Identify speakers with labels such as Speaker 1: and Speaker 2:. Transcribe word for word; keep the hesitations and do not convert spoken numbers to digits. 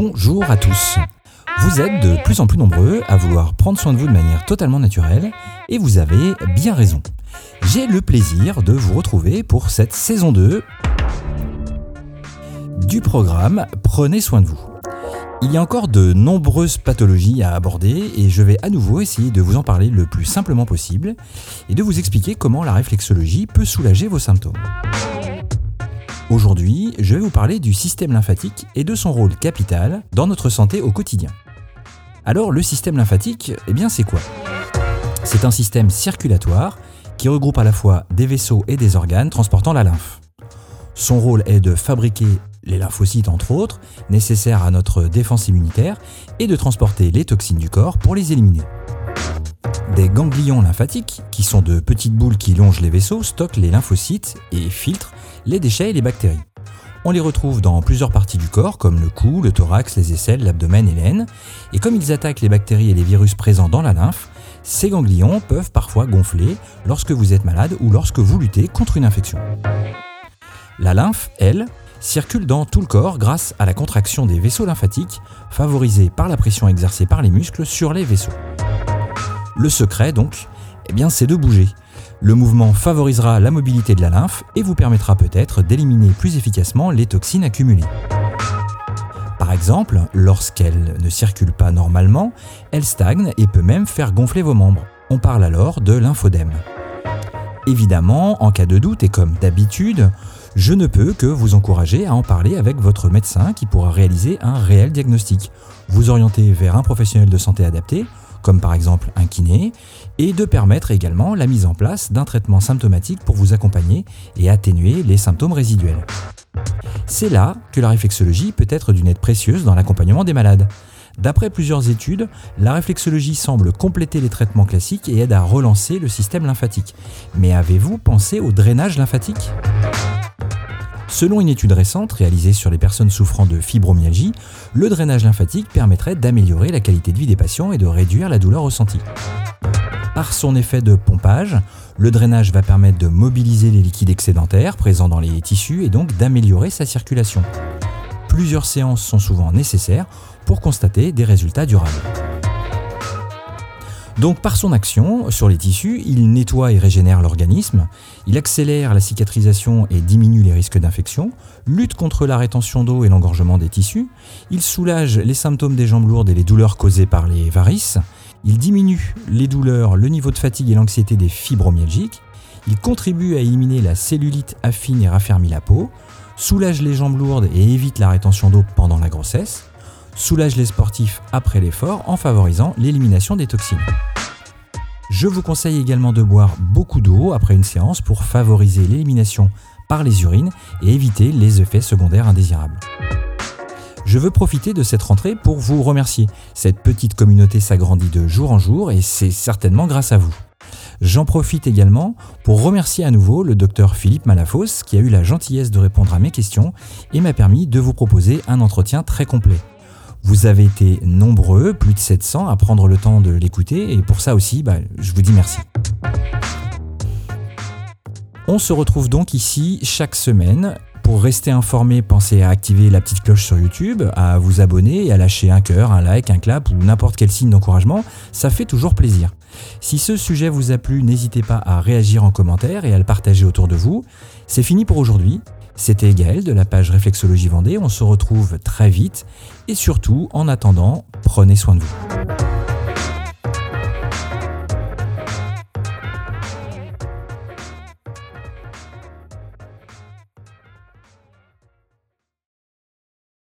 Speaker 1: Bonjour à tous. Vous êtes de plus en plus nombreux à vouloir prendre soin de vous de manière totalement naturelle et vous avez bien raison. J'ai le plaisir de vous retrouver pour cette saison deux du programme Prenez soin de vous. Il y a encore de nombreuses pathologies à aborder et je vais à nouveau essayer de vous en parler le plus simplement possible et de vous expliquer comment la réflexologie peut soulager vos symptômes. Aujourd'hui, je vais vous parler du système lymphatique et de son rôle capital dans notre santé au quotidien. Alors, le système lymphatique, eh bien c'est quoi ? C'est un système circulatoire qui regroupe à la fois des vaisseaux et des organes transportant la lymphe. Son rôle est de fabriquer les lymphocytes entre autres, nécessaires à notre défense immunitaire, et de transporter les toxines du corps pour les éliminer. Des ganglions lymphatiques, qui sont de petites boules qui longent les vaisseaux, stockent les lymphocytes et filtrent les déchets et les bactéries. On les retrouve dans plusieurs parties du corps, comme le cou, le thorax, les aisselles, l'abdomen et l'aine, et comme ils attaquent les bactéries et les virus présents dans la lymphe, ces ganglions peuvent parfois gonfler lorsque vous êtes malade ou lorsque vous luttez contre une infection. La lymphe, elle, circule dans tout le corps grâce à la contraction des vaisseaux lymphatiques, favorisée par la pression exercée par les muscles sur les vaisseaux. Le secret, donc, eh bien, c'est de bouger. Le mouvement favorisera la mobilité de la lymphe et vous permettra peut-être d'éliminer plus efficacement les toxines accumulées. Par exemple, lorsqu'elle ne circule pas normalement, elle stagne et peut même faire gonfler vos membres. On parle alors de lymphodème. Évidemment, en cas de doute et comme d'habitude, je ne peux que vous encourager à en parler avec votre médecin qui pourra réaliser un réel diagnostic, vous orienter vers un professionnel de santé adapté, comme par exemple un kiné, et de permettre également la mise en place d'un traitement symptomatique pour vous accompagner et atténuer les symptômes résiduels. C'est là que la réflexologie peut être d'une aide précieuse dans l'accompagnement des malades. D'après plusieurs études, la réflexologie semble compléter les traitements classiques et aide à relancer le système lymphatique. Mais avez-vous pensé au drainage lymphatique ? Selon une étude récente réalisée sur les personnes souffrant de fibromyalgie, le drainage lymphatique permettrait d'améliorer la qualité de vie des patients et de réduire la douleur ressentie. Par son effet de pompage, le drainage va permettre de mobiliser les liquides excédentaires présents dans les tissus et donc d'améliorer sa circulation. Plusieurs séances sont souvent nécessaires pour constater des résultats durables. Donc par son action sur les tissus, il nettoie et régénère l'organisme, il accélère la cicatrisation et diminue les risques d'infection, lutte contre la rétention d'eau et l'engorgement des tissus, il soulage les symptômes des jambes lourdes et les douleurs causées par les varices, il diminue les douleurs, le niveau de fatigue et l'anxiété des fibromyalgiques, il contribue à éliminer la cellulite, affine et raffermit la peau, soulage les jambes lourdes et évite la rétention d'eau pendant la grossesse, soulage les sportifs après l'effort en favorisant l'élimination des toxines. Je vous conseille également de boire beaucoup d'eau après une séance pour favoriser l'élimination par les urines et éviter les effets secondaires indésirables. Je veux profiter de cette rentrée pour vous remercier. Cette petite communauté s'agrandit de jour en jour et c'est certainement grâce à vous. J'en profite également pour remercier à nouveau le docteur Philippe Malafos qui a eu la gentillesse de répondre à mes questions et m'a permis de vous proposer un entretien très complet. Vous avez été nombreux, plus de sept cents, à prendre le temps de l'écouter et pour ça aussi, bah, je vous dis merci. On se retrouve donc ici chaque semaine. Pour rester informé, pensez à activer la petite cloche sur YouTube, à vous abonner et à lâcher un cœur, un like, un clap ou n'importe quel signe d'encouragement, ça fait toujours plaisir. Si ce sujet vous a plu, n'hésitez pas à réagir en commentaire et à le partager autour de vous. C'est fini pour aujourd'hui. C'était Gaël de la page Réflexologie Vendée, on se retrouve très vite et surtout, en attendant, prenez soin de vous.